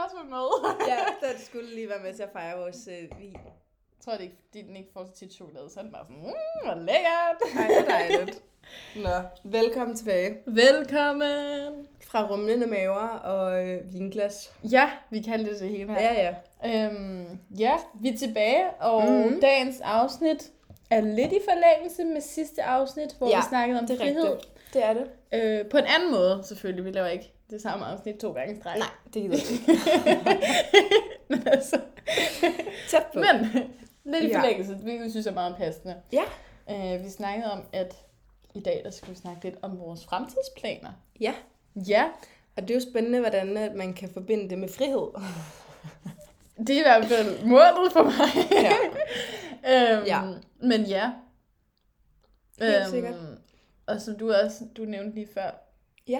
også være med. Ja, den skulle lige være med til at fejre vores vin. Jeg tror, det ikke, fordi den ikke får så tit chokolade, så er den bare sådan, hvor lækkert. Ej, det er dejligt. Nå, velkommen tilbage. Velkommen. Fra rumlende maver og vinglas. Ja, vi kan det hele her. Ja. Ja, vi er tilbage, og dagens afsnit er lidt i forlængelse med sidste afsnit, hvor vi snakkede om frihed. Rigtigt. Det er det. På en anden måde, selvfølgelig. Vi laver ikke det samme afsnit 2 gange i streg. Nej, det gider jeg ikke. Men altså... Tæt på. Men lidt i forlængelse, hvilket vi synes er meget passende. Ja. Vi snakkede om, at i dag der skal vi snakke lidt om vores fremtidsplaner. Ja. Ja. Og det er jo spændende, hvordan man kan forbinde det med frihed. Det er i hvert fald målet for mig. Ja. Men ja. Helt sikkert. Og som du nævnte lige før. Ja.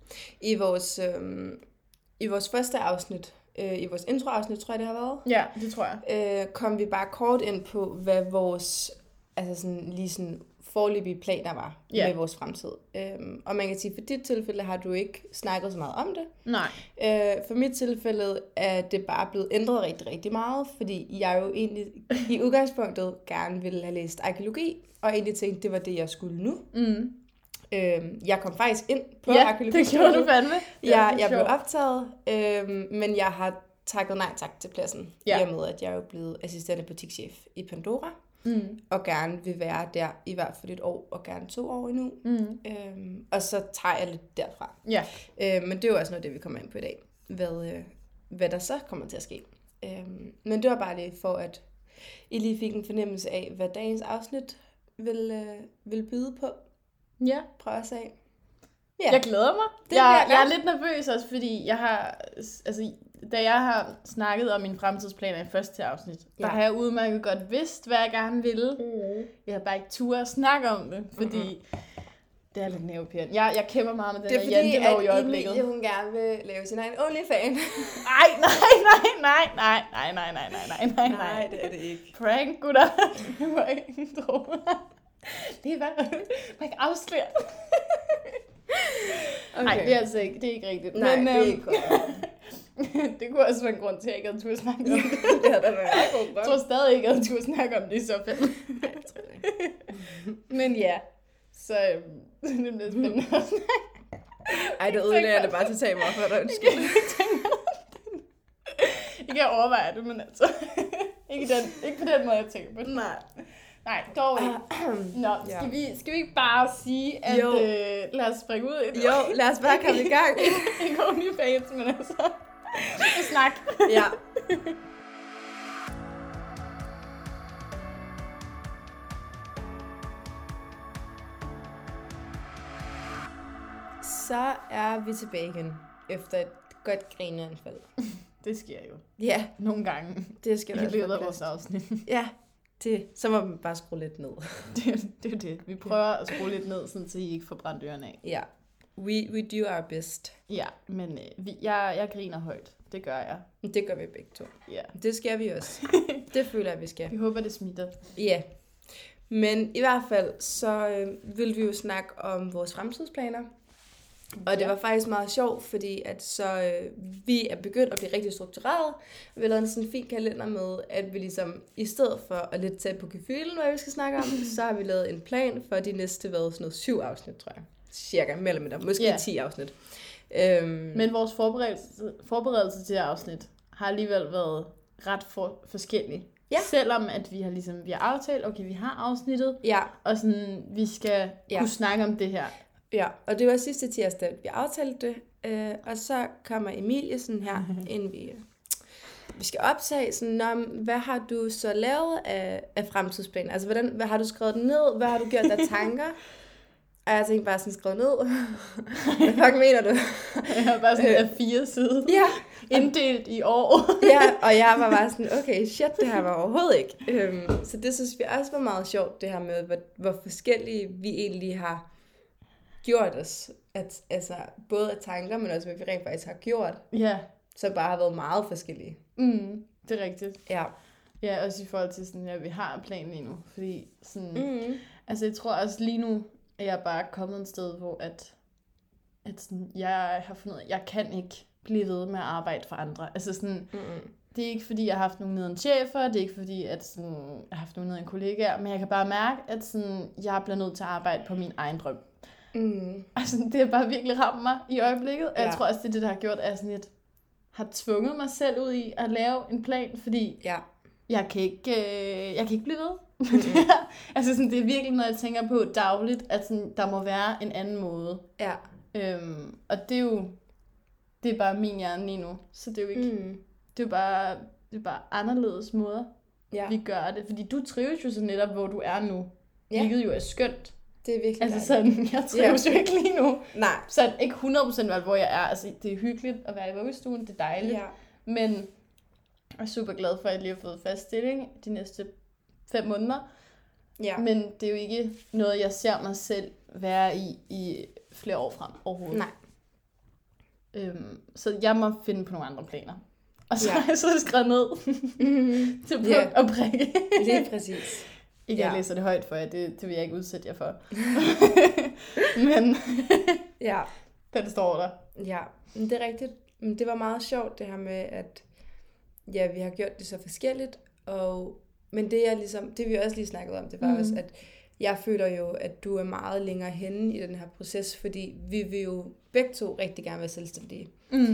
I vores første afsnit, i vores introafsnit, tror jeg, det har været. Ja, det tror jeg. Kom vi bare kort ind på, hvad vores foreløbige planer var med vores fremtid. Og man kan sige, for dit tilfælde har du ikke snakket så meget om det. Nej. For mit tilfælde er det bare blevet ændret rigtig, rigtig meget, fordi jeg jo egentlig i udgangspunktet gerne ville have læst arkæologi, og egentlig tænkte, det var det, jeg skulle nu. Jeg kom faktisk ind på arkæologi. Det gjorde du fandme. Jeg blev optaget, men jeg har takket nej tak til pladsen, i og med, at jeg er jo blevet assisterende butikschef i Pandora, og gerne vil være der i hvert fald 1 år, og gerne 2 år endnu. Og så tager jeg lidt derfra. Ja. Men det er jo også noget, det vi kommer ind på i dag, hvad der så kommer til at ske. Men det var bare lige for, at I lige fik en fornemmelse af, hvad dagens afsnit vil byde på. Ja. Prøv at sige. Ja. Jeg glæder mig. Jeg er lidt nervøs også, fordi jeg har, da jeg har snakket om mine fremtidsplaner i første afsnit, der har jeg udmærket godt vidst, hvad jeg gerne ville. Jeg har bare ikke tur at snakke om det, fordi det er lidt nervepirrende. Jeg kæmper meget med den der jantelov i øjeblikket. Det er fordi, at hun gerne vil lave sin egen OnlyFans. Nej, det er det ikke. Prank, gutter. Det må jeg ikke tro. Det er bare ikke afsløre. Okay. Nej, det er altså ikke. Det er ikke rigtigt. Nej, men, det er ikke godt. Det kunne også være en grund til, at jeg ikke havde tur snakke om det. Det havde da været god grund. Jeg tror stadig ikke, at jeg havde tur snakke om det i så fald. Nej, jeg tror det ikke. Men ja, så det bliver spændende at snakke. Ej, det ødelægger det bare til at tage mig for dig. Undskyld. Jeg kan overveje det, men altså. Ikke på den måde, jeg tænker på det. Nej, dog ikke. Nå, skal vi ikke bare sige, at lad os springe ud i det? Jo, lad os bare komme i gang. Ikke OnlyFans, men altså, snak. Ja. Så er vi tilbage igen, efter et godt grineanfald. Det sker jo. Ja. Nogle gange. Det skal der i løbet af vores afsnit. Ja. Så må man bare skrue lidt ned. Det er det. Vi prøver at skrue lidt ned, sådan, så I ikke får brændt ørerne af. Ja. We do our best. Ja, men jeg griner højt. Det gør jeg. Det gør vi begge to. Ja. Det skal vi også. Det føler jeg, vi skal. Vi håber, det smitter. Ja. Men i hvert fald, så vil vi jo snakke om vores fremtidsplaner. Og det var faktisk meget sjovt, fordi at vi er begyndt at blive rigtig struktureret. Vi har lavet en sådan fin kalender med, at vi ligesom, i stedet for at lidt tage på gefylen, hvad vi skal snakke om, så har vi lavet en plan for de næste, sådan noget 7 afsnit, tror jeg. Cirka, mere eller mindre. Måske 10 afsnit. Men vores forberedelse til afsnit har alligevel været ret forskellig. Ja. Selvom at vi har aftalt, okay, vi har afsnittet, og sådan, vi skal kunne snakke om det her. Ja, og det var sidste tirsdag, at vi aftalte det, og så kommer Emilie sådan her, inden vi skal optage, sådan, hvad har du så lavet af fremtidsplaner? Altså, hvad har du skrevet ned? Hvad har du gjort af tanker? Og jeg tænkte bare sådan, skrevet ned. Hvad fuck mener du? Jeg har bare sådan en A4-side. Ja. Inddelt i år. Ja, og jeg var bare sådan, okay, shit, det her var overhovedet ikke. Så det synes vi også var meget sjovt, det her med, hvor forskellige vi egentlig har gjort os, altså både af tanker, men også hvad vi rent faktisk har gjort, som bare har været meget forskellige. Det er rigtigt. Ja. Ja, også i forhold til sådan, at vi har planen lige nu, fordi sådan, altså jeg tror også lige nu, at jeg bare er kommet et sted, hvor at sådan, jeg har fundet, at jeg kan ikke blive ved med at arbejde for andre. Altså sådan, det er ikke fordi, jeg har haft nogle nederen chefer, det er ikke fordi, at sådan, jeg har haft nogle nederen kollegaer, men jeg kan bare mærke, at sådan, jeg bliver nødt til at arbejde på min egen drøm. Altså, det har bare virkelig ramt mig i øjeblikket, og jeg tror også, det er det, der har gjort, at jeg sådan lidt har tvunget mig selv ud i at lave en plan, fordi jeg kan ikke blive ved. Altså sådan, det er virkelig noget, jeg tænker på dagligt, at sådan, der må være en anden måde. Ja. Og det er bare min hjerne lige nu, så det er jo ikke, det er bare anderledes måder, vi gør det. Fordi du trives jo så netop, hvor du er nu, hvilket jo er skønt. Det er virkelig altså sådan, jeg trives jo ikke lige nu. Nej. Så ikke 100% hvor jeg er. Altså, det er hyggeligt at være i vuggestuen, det er dejligt. Ja. Men jeg er super glad for, at jeg lige har fået fast stilling de næste 5 måneder. Ja. Men det er jo ikke noget, jeg ser mig selv være i flere år frem overhovedet. Nej. Så jeg må finde på nogle andre planer. Og så har jeg så skrevet ned til punkt og prikke. Lige præcis. Ikke at jeg læser det højt for jer, det vil jeg ikke udsætte jer for. Men det står der. Ja, men det er rigtigt. Men det var meget sjovt det her med, at vi har gjort det så forskelligt. Men det vi også lige snakkede om, det var også, at jeg føler jo, at du er meget længere henne i den her proces, fordi vi vil jo begge to rigtig gerne være selvstændige.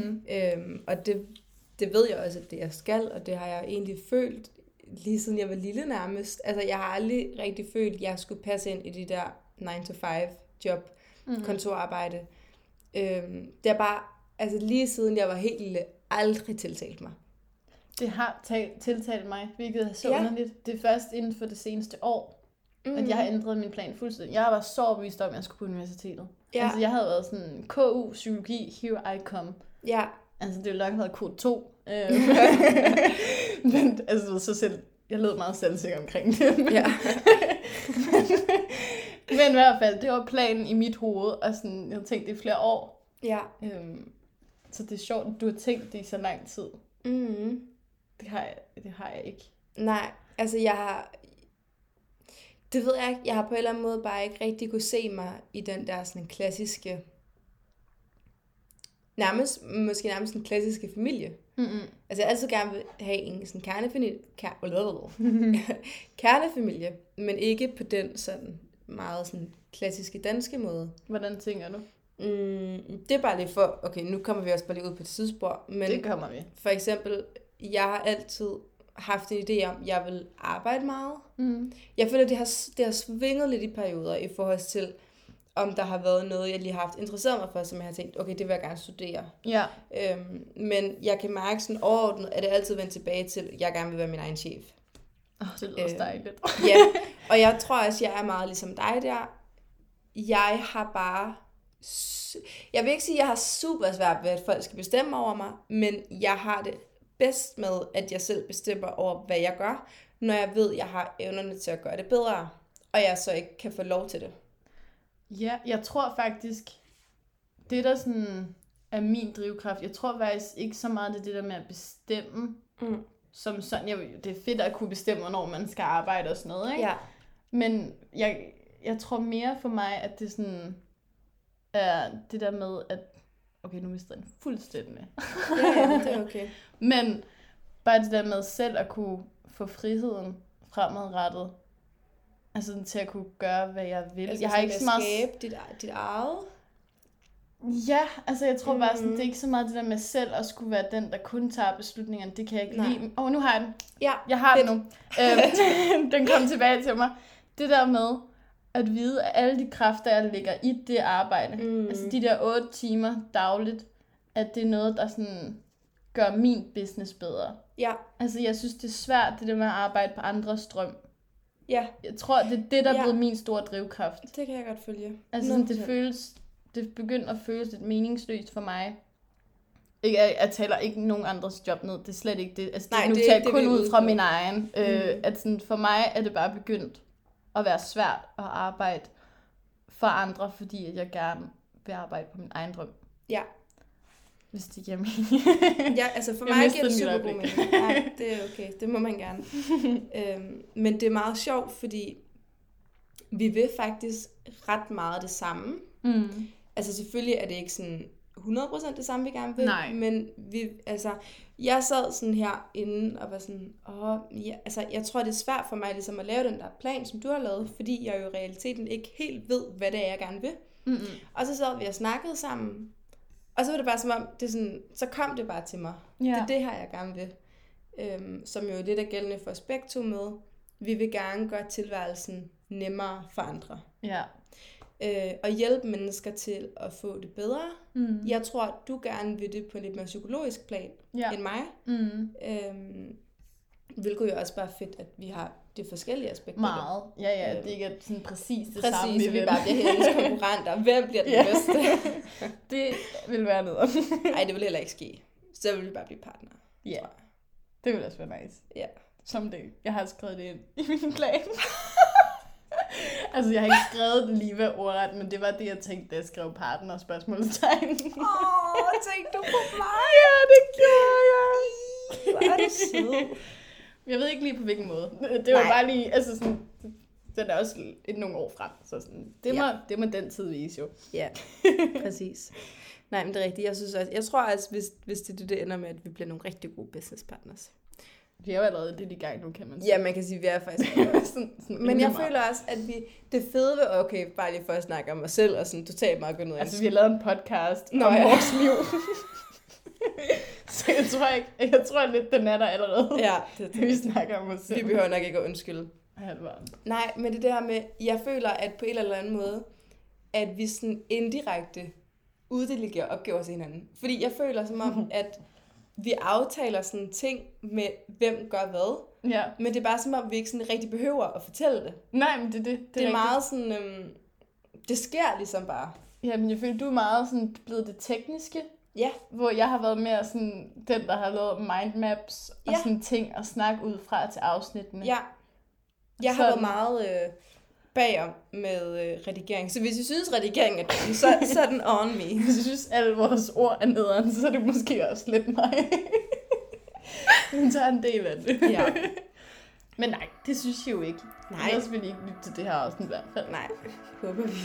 Og det ved jeg også, at det jeg skal, og det har jeg egentlig følt lige siden jeg var lille nærmest. Altså, jeg har aldrig rigtig følt, at jeg skulle passe ind i de der 9-to-5 job, kontorarbejde. Det er bare, altså lige siden jeg var helt lille, aldrig tiltalt mig. Det har tiltalt mig, hvilket er så underligt. Det er først inden for det seneste år, at jeg har ændret min plan fuldstændig. Jeg var så overbevist om, at jeg skulle på universitetet. Ja. Altså, jeg havde været sådan, KU, psykologi, here I come. Ja. Altså, det ville nok have været K2. Men altså, så selv, jeg lød meget selvsikker omkring det. Men i hvert fald, det var planen i mit hoved, og sådan, jeg havde tænkt det i flere år. Ja. Så det er sjovt, at du har tænkt det i så lang tid. Det har jeg ikke. Nej, altså det ved jeg ikke. Jeg har på en eller anden måde bare ikke rigtig kunne se mig i den der sådan klassiske, måske nærmest en klassiske familie. Altså jeg altid gerne vil have en sådan kernefamilie, men ikke på den sådan meget sådan klassiske danske måde. Hvordan tænker du? Det er bare lige for, okay, nu kommer vi også bare lige ud på et sidespor, men det kommer vi. For eksempel, jeg har altid haft en idé om, at jeg vil arbejde meget. Jeg føler, at det har svinget lidt i perioder i forhold til, om der har været noget, jeg lige har haft interesseret mig for, som jeg har tænkt, okay, det vil jeg gerne studere. Ja. Men jeg kan mærke sådan overordnet, at det altid vendt tilbage til, at jeg gerne vil være min egen chef. Det lyder også dejligt. Ja, og jeg tror også, jeg er meget ligesom dig der. Jeg har bare... Jeg vil ikke sige, at jeg har super svært ved, at folk skal bestemme over mig, men jeg har det bedst med, at jeg selv bestemmer over, hvad jeg gør, når jeg ved, at jeg har evnerne til at gøre det bedre, og jeg så ikke kan få lov til det. Ja, jeg tror faktisk, det der sådan er min drivkraft, jeg tror faktisk ikke så meget det der med at bestemme, som sådan, det er fedt at kunne bestemme, hvornår man skal arbejde og sådan noget, ikke? Ja. Men jeg tror mere for mig, at det sådan er det der med, at okay, nu mister jeg den fuldstændig. Ja, det er okay. Men bare det der med selv at kunne få friheden fremadrettet, altså til at kunne gøre, hvad jeg vil. Altså, jeg har ikke så meget skabe dit eget? Ja, altså jeg tror bare sådan, det er ikke så meget det der med selv at skulle være den, der kun tager beslutningerne. Det kan jeg ikke lide. Nu har jeg den. Ja, jeg har den nu. Den kom tilbage til mig. Det der med at vide, at alle de kræfter, jeg lægger i det arbejde, altså de der 8 timer dagligt, at det er noget, der sådan gør min business bedre. Ja. Altså jeg synes, det er svært, det der med at arbejde på andres drøm. Ja. Jeg tror, det er det, der er blevet min store drivkraft. Det kan jeg godt følge. Altså sådan, det begynder at føles lidt meningsløst for mig. Jeg taler ikke nogen andres job ned, det er slet ikke det. Altså, nu tager jeg kun ud fra min egen. At sådan, for mig er det bare begyndt at være svært at arbejde for andre, fordi at jeg gerne vil arbejde på min egen drøm. Ja. Hvis det giver mening. Ja, altså for mig giver det super god mening. Nej, det er okay. Det må man gerne. Men det er meget sjovt, fordi vi vil faktisk ret meget det samme. Altså selvfølgelig er det ikke sådan 100% det samme, vi gerne vil. Nej. Men jeg sad sådan her inden og var sådan, jeg tror, det er svært for mig ligesom at lave den der plan, som du har lavet, fordi jeg jo i realiteten ikke helt ved, hvad det er, jeg gerne vil. Mm-mm. Og så sad vi og snakkede sammen, og så var det bare som om, så kom det bare til mig. Ja. Det er det her, jeg gerne vil. Som jo lidt er gældende for os begge to med. Vi vil gerne gøre tilværelsen nemmere for andre. Ja. Og hjælpe mennesker til at få det bedre. Mm. Jeg tror, at du gerne vil det på en lidt mere psykologisk plan end mig. Mm. Hvilket jo også bare fedt, at vi har de forskellige aspekter. Meget. Ja, det ikke er sådan præcis det samme. Præcis, vi bare bliver hendes konkurrenter. Hvem bliver den bedste? Det vil være noget. Nej, det vil heller ikke ske. Så vil vi bare blive partner. Ja, det vil også være nice. Ja. Someday. Jeg har skrevet det ind i min plan. Altså, jeg har ikke skrevet det lige ved ordret, men det var det, jeg tænkte, da jeg skrev partner og spørgsmålstegn. Tænkte du på mig? Ja, det gjorde jeg. Hvor er du sød. Jeg ved ikke lige på hvilken måde. Det var bare lige, altså sådan, den er også nogle år frem, så sådan, det må den tid vise jo. Ja, præcis. Nej, men det er rigtigt. Jeg tror også, hvis det ender med, at vi bliver nogle rigtig gode business partners. Vi er jo allerede lidt i gang nu, kan man sige. Ja, man kan sige, at vi er faktisk sådan men jeg føler også, at det fede ved, okay, bare lige for at snakke om os selv, og sådan totalt meget gå ned. Altså, vi har lavet en podcast om vores liv. Så jeg tror lidt, den er der allerede. Ja, det vi snakker om os selv. Vi behøver nok ikke at undskylde. Nej, men det der med, jeg føler, at på en eller anden måde, at vi sådan indirekte uddelegerer opgaver til hinanden. Fordi jeg føler som om, at vi aftaler sådan ting med, hvem gør hvad. Ja. Men det er bare som om, vi ikke sådan rigtig behøver at fortælle det. Nej, men det er meget sådan, det sker ligesom bare. Ja, men jeg føler, du er meget sådan blevet det tekniske. Ja. Hvor jeg har været mere sådan den, der har lavet mindmaps og sådan ting at snakke ud fra til afsnittene. Ja. Jeg har været meget bagom med redigering. Så hvis I synes, redigeringen er dårlig, så er den on me. Hvis I synes, alle vores ord er nederen, så er det måske også lidt mig. Hun tager en del af det. Ja. Men nej, det synes jeg jo ikke. Nej. Ellers vil I ikke lytte til det her afsnit i hvert fald. Nej, håber vi.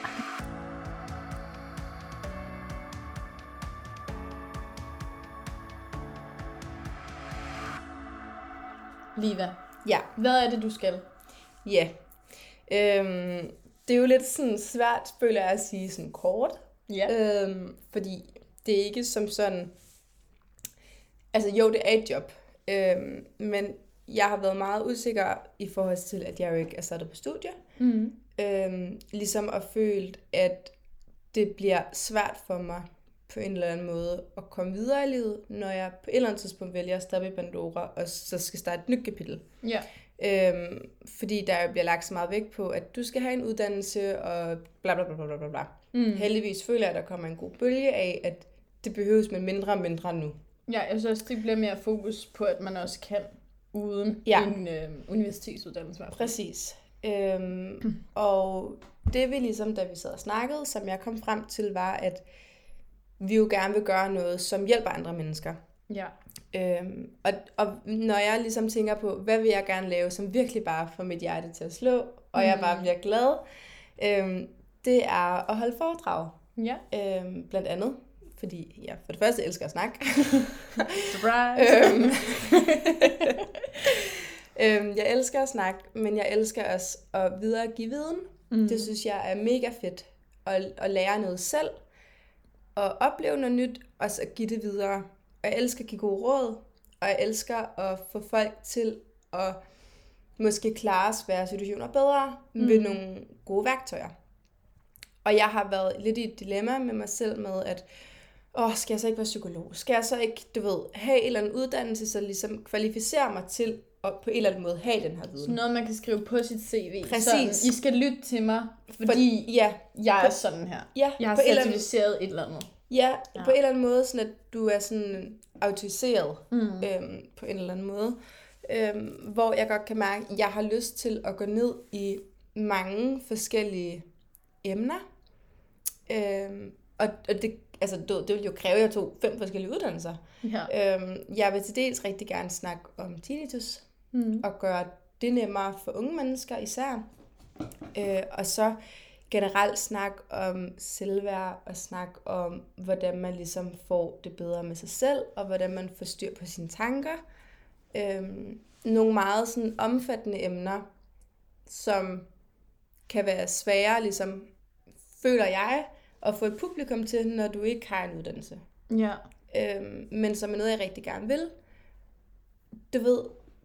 Liva. Ja. Hvad er det, du skal? Ja. Det er jo lidt sådan svært, føler jeg, at sige sådan kort. Ja. Fordi det er ikke som sådan... Altså jo, det er et job. Men jeg har været meget usikker i forhold til, at jeg jo ikke er startet på studie. Mm. Ligesom at føle, at det bliver svært for mig på en eller anden måde at komme videre i livet, når jeg på et eller andet tidspunkt vælger at stoppe i Pandora, og så skal starte et nyt kapitel. Ja. Fordi der bliver lagt så meget vægt på, at du skal have en uddannelse, og bla bla bla bla bla bla. Mm. Heldigvis føler jeg, at der kommer en god bølge af, at det behøves med mindre og mindre nu. Ja, jeg synes, det bliver mere fokus på, at man også kan uden en universitetsuddannelse. Præcis. Og det vi ligesom, da vi sad og snakkede, som jeg kom frem til, var, at vi jo gerne vil gøre noget, som hjælper andre mennesker. Ja. Og når jeg ligesom tænker på, hvad vil jeg gerne lave, som virkelig bare får mit hjerte til at slå, og jeg bare bliver glad, det er at holde foredrag. Ja. Blandt andet, fordi jeg for det første elsker at snakke. Surprise! Jeg elsker at snakke, men jeg elsker også at videregive viden. Mm. Det synes jeg er mega fedt. At lære noget selv, og opleve noget nyt, og så give det videre. Og jeg elsker at give gode råd, og jeg elsker at få folk til at måske klare svære situationer bedre ved nogle gode værktøjer. Og jeg har været lidt i et dilemma med mig selv med, at skal jeg så ikke være psykolog? Skal jeg så ikke, have en eller anden uddannelse, så ligesom kvalificere mig til at på en eller anden måde have den her viden? Sådan noget, man kan skrive på sit CV. Præcis. Sådan, I skal lytte til mig, fordi jeg er sådan her. Ja, jeg har certificeret et eller andet. Ja, på en eller anden måde, sådan at du er sådan autoriseret på en eller anden måde. Hvor jeg godt kan mærke, at jeg har lyst til at gå ned i mange forskellige emner. Og det, altså, det vil jo kræve, at jeg tog 5 forskellige uddannelser. Ja. Jeg vil til dels rigtig gerne snakke om tinnitus, og gøre det nemmere for unge mennesker især. Og så generelt snak om selvværd og snak om, hvordan man ligesom får det bedre med sig selv, og hvordan man får styr på sine tanker. Nogle meget sådan omfattende emner, som kan være svære, ligesom føler jeg, at få et publikum til, når du ikke har en uddannelse. Ja. Men som er noget, jeg rigtig gerne vil. Du ved,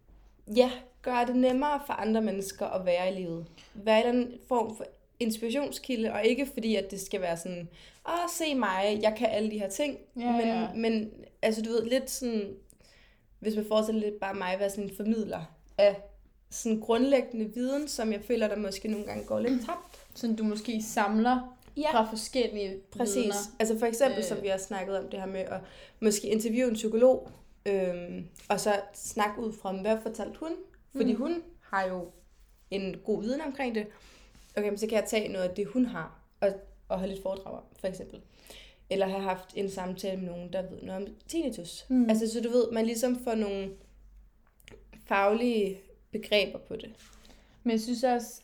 gør det nemmere for andre mennesker at være i livet. Være en form for inspirationskilde, og ikke fordi, at det skal være sådan, se mig, jeg kan alle de her ting. Men altså, du ved, lidt sådan, hvis man forestiller lidt bare mig, være sådan en formidler af sådan grundlæggende viden, som jeg føler, der måske nogle gange går lidt tabt. Så du måske samler fra forskellige præcis. vidner. Altså for eksempel, som vi har snakket om det her med at måske interviewe en psykolog, og så snakke ud fra, hvad fortalte hun? Fordi hun har jo en god viden omkring det. Okay, men så kan jeg tage noget af det, hun har, og have lidt foredrag om, for eksempel. Eller have haft en samtale med nogen, der ved noget om tinnitus. Altså, så du ved, man ligesom får nogle faglige begreber på det. Men jeg synes også,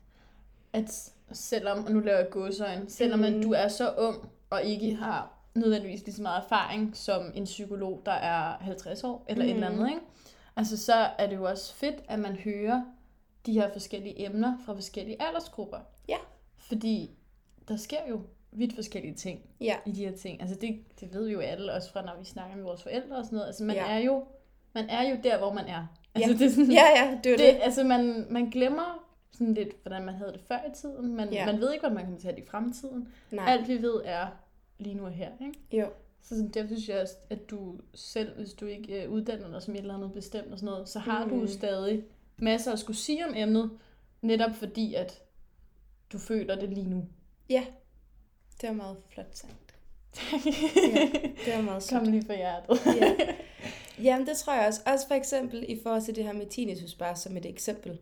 at selvom, og nu laver jeg gåseøjne, selvom at du er så ung, og ikke har nødvendigvis lige så meget erfaring som en psykolog, der er 50 år, eller et eller andet, ikke? Altså, så er det jo også fedt, at man hører de her forskellige emner fra forskellige aldersgrupper. Ja. Fordi der sker jo vidt forskellige ting i de her ting. Altså, det ved vi jo alle, også fra når vi snakker med vores forældre og sådan noget. Altså, man er jo der, hvor man er. Altså, det er sådan, det er det. Altså, man glemmer sådan lidt, hvordan man havde det før i tiden. Man ved ikke, hvordan man kommer til at have det i fremtiden. Nej. Alt vi ved er lige nu og her, ikke? Jo. Så derfor synes jeg også, at du selv, hvis du ikke uddanner dig som et eller andet bestemt og sådan noget, så har du stadig masser at skulle sige om emnet, netop fordi, at du føler det lige nu. Ja, det var meget flot sagt. Det var meget sødt. Kom lige fra hjertet. Jamen, det tror jeg også. Også for eksempel i forhold til det her med tinnitus, bare som et eksempel.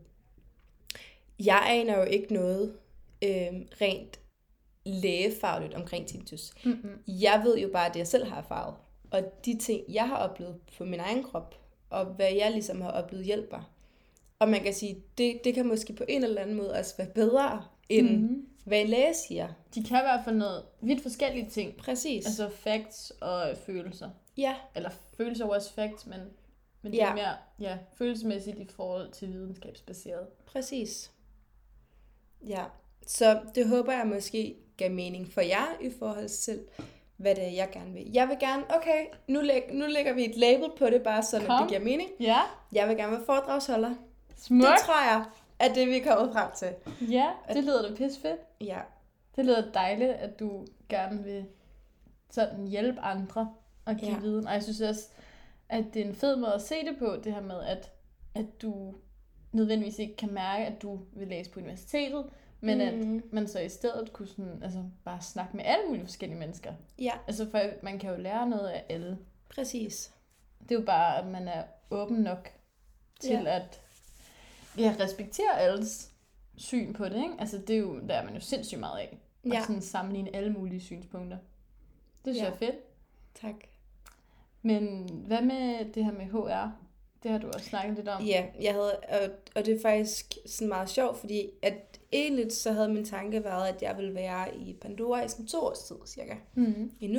Jeg aner jo ikke noget rent lægefagligt omkring tinnitus. Jeg ved jo bare det, jeg selv har erfaret. Og de ting, jeg har oplevet på min egen krop, og hvad jeg ligesom har oplevet hjælper. Og man kan sige, det kan måske på en eller anden måde også være bedre, end hvad en læge siger. De kan i hvert fald noget vidt forskellige ting. Præcis. Altså facts og følelser. Ja. Eller følelser også facts, men det er mere følelsesmæssigt i forhold til videnskabsbaseret. Præcis. Ja, så det håber jeg måske gav mening for jer i forhold til, hvad det er, jeg gerne vil. Jeg vil gerne, okay, nu lægger vi et label på det, bare sådan, at det giver mening. Ja. Jeg vil gerne være foredragsholder. Smuk. Det tror jeg, er det, vi er kommet frem til. Ja, det lyder da pissefedt. Ja. Det lyder dejligt, at du gerne vil sådan hjælpe andre og give viden. Og jeg synes også, at det er en fed måde at se det på, det her med, at du nødvendigvis ikke kan mærke, at du vil læse på universitetet, men at man så i stedet kunne sådan, altså bare snakke med alle mulige forskellige mennesker. Ja. Altså for man kan jo lære noget af alle. Præcis. Det er jo bare, at man er åben nok til at respektere alles syn på det, ikke? Altså det er jo, der er man jo sindssygt meget af. Og sådan sammenligne alle mulige synspunkter. Det synes jeg er fedt. Tak. Men hvad med det her med HR? Det har du også snakket lidt om. Ja, jeg havde, og det er faktisk sådan meget sjovt, fordi at egentlig så havde min tanke været, at jeg ville være i Pandora i sådan 2 års tid, cirka. Endnu.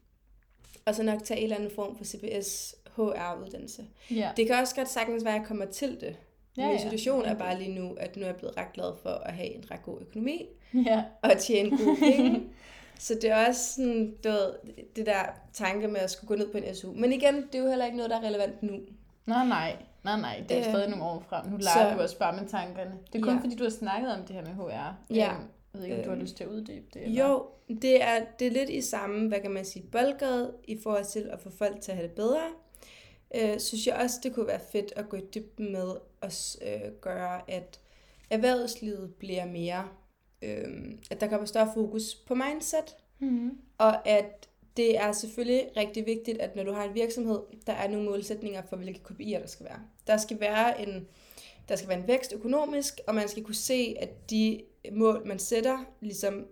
Og så nok tage en eller anden form for CPS HR-uddannelse. Ja. Det kan også godt sagtens være, at jeg kommer til det. Min situation er bare lige nu, at nu er jeg blevet ret glad for at have en ret god økonomi. Ja. Og tjene gode penge. Så det er også sådan, det der tanke med at skulle gå ned på en SU. Men igen, det er jo heller ikke noget, der er relevant nu. Nej. Det er stadig nogle år frem. Nu leger du også bare med tankerne. Det er kun fordi, du har snakket om det her med HR. Ja. Jeg ved ikke, om du har lyst til at uddybe det? Eller? Jo, det er lidt i samme, hvad kan man sige, boldgade i forhold til at få folk til at have det bedre. Synes jeg også, det kunne være fedt at gå i dybden med at gøre, at erhvervslivet bliver mere, at der kommer større fokus på mindset, og at det er selvfølgelig rigtig vigtigt, at når du har en virksomhed, der er nogle målsætninger for, hvilke KPI'er der skal være. Der skal være en vækst økonomisk, og man skal kunne se, at de mål, man sætter, ligesom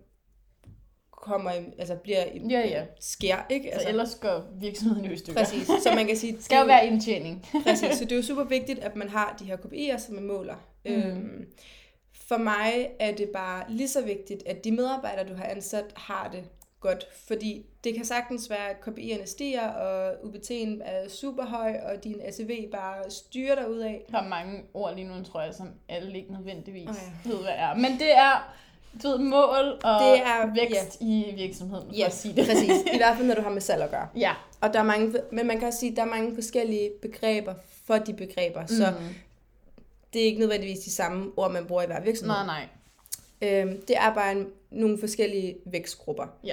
kommer, altså bliver sker, ikke? Altså, så ellers går virksomheden jo i stykker. Præcis, så man kan sige... Det skal jo være indtjening. Præcis, så det er jo super vigtigt, at man har de her KPI'er, som man måler. For mig er det bare lige så vigtigt, at de medarbejdere, du har ansat, har det godt. Fordi det kan sagtens være, at KPI'erne stiger, og UBT'en er super høj, og din ACV bare styrer dig ud af. Der er mange ord lige nu, tror jeg, som alle ikke nødvendigvis ved, hvad er. Men det er mål og det er, vækst i virksomheden, for at sige det. Præcis. I hvert fald, når du har med salg at gøre. Ja. Og der er mange, men man kan også sige, at der er mange forskellige begreber for de begreber, så det er ikke nødvendigvis de samme ord, man bruger i hver virksomhed. Nej. Det er bare nogle forskellige vækstgrupper. Ja.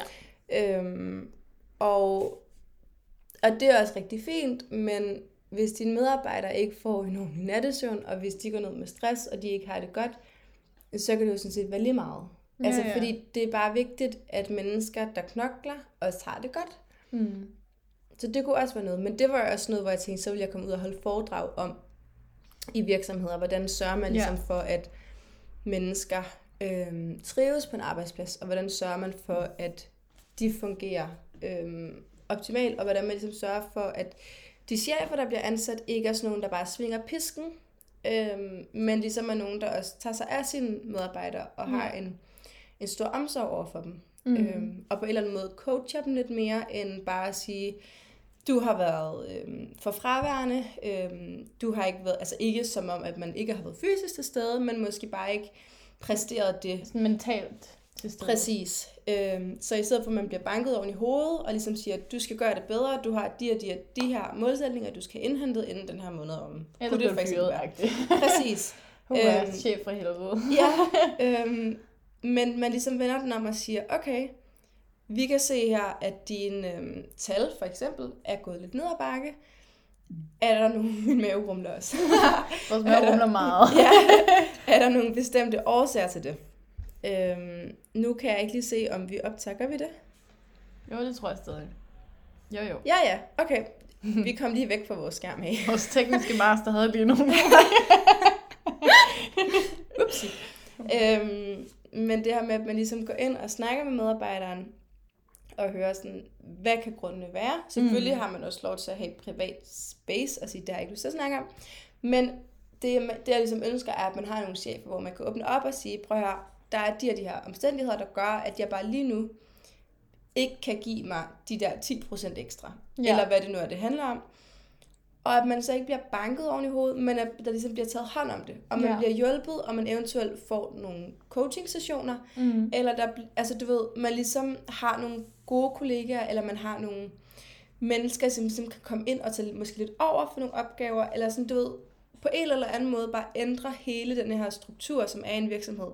Og det er også rigtig fint, men hvis dine medarbejdere ikke får en ordentlig nattesøvn, og hvis de går ned med stress, og de ikke har det godt, så kan det jo sådan set være lige meget. Altså, fordi det er bare vigtigt, at mennesker, der knokler, også har det godt. Så det kunne også være noget. Men det var også noget, hvor jeg tænkte, så ville jeg komme ud og holde foredrag om i virksomheder. Hvordan sørger man ligesom for, at mennesker trives på en arbejdsplads, og hvordan sørger man for, at de fungerer optimalt, og hvordan man ligesom sørger for, at de chefer, der bliver ansat, ikke er sådan nogen, der bare svinger pisken, men ligesom er nogen, der også tager sig af sine medarbejdere, og har en stor omsorg over for dem. Og på en eller anden måde coacher dem lidt mere, end bare at sige, du har været for fraværende, du har ikke været, altså ikke som om, at man ikke har været fysisk til stede, men måske bare ikke præsteret det. Sådan mentalt til stede. Præcis. Så i stedet for, at man bliver banket oven i hovedet, og ligesom siger, at du skal gøre det bedre, du har de her målsætninger, du skal indhente inden den her måned om. Eller det for eksempel. Præcis. Hun er chef for helvede. Men man ligesom vender den om og siger, okay, vi kan se her, at dine tal for eksempel er gået lidt ned ad bakke. Er der nogle, min mave rumler også. Vores mave rumler meget. Er der nogle bestemte årsager til det? Nu kan jeg ikke lige se, om vi optager. Gør vi det? Jo, det tror jeg stadig. Jo. Ja, okay. Vi kom lige væk fra vores skærm her. Vores tekniske master havde lige nogle. Upsi. Men det her med, at man ligesom går ind og snakker med medarbejderen, og hører sådan, hvad kan grundene være? Selvfølgelig har man også lov til at have privat space, og sige, det er ikke, du skal snakke om. Men det jeg ligesom ønsker, er, at man har nogle chefer, hvor man kan åbne op og sige, prøv at høre, der er de her omstændigheder, der gør, at jeg bare lige nu ikke kan give mig de der 10% ekstra. Ja. Eller hvad det nu er, det handler om. Og at man så ikke bliver banket oven i hovedet, men at der ligesom bliver taget hånd om det. Og man bliver hjulpet, og man eventuelt får nogle coaching-sessioner. Eller du ved, man ligesom har nogle gode kollegaer, eller man har nogle mennesker, som ligesom kan komme ind og tage måske lidt over for nogle opgaver, eller sådan, du ved, på en eller anden måde bare ændre hele den her struktur, som er en virksomhed,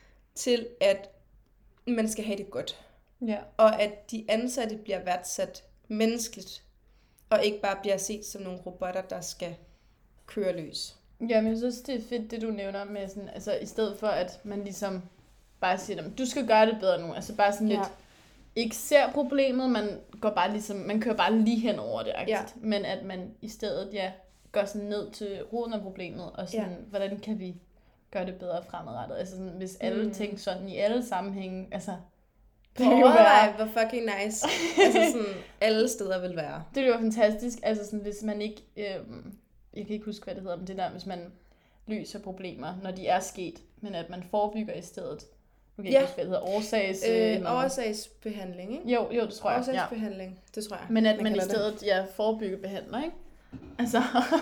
til at man skal have det godt. Ja. Og at de ansatte bliver værdsat menneskeligt, og ikke bare bliver set som nogle robotter, der skal køre løs. Jamen, jeg synes, det er fedt, det du nævner med sådan, altså i stedet for, at man ligesom bare siger, du skal gøre det bedre nu, altså bare sådan lidt, ikke ser problemet, man kører bare lige hen over det, men at man i stedet, går sådan ned til roden af problemet, og sådan, hvordan kan vi gøre det bedre fremadrettet, altså sådan, hvis alle tænker sådan i alle sammenhænge, altså, det vil jo være, hvor fucking nice, altså sådan, alle steder vil være. Det er jo fantastisk, altså sådan, hvis man ikke, jeg kan ikke huske, hvad det hedder, men det der, hvis man løser problemer, når de er sket, men at man forebygger i stedet. Nu kan jeg ikke huske, hvad det hedder, årsagsbehandling, ikke? Jo, det tror jeg. Årsagsbehandling, det tror jeg. Men at man i stedet, forebygger behandler, ikke? Altså,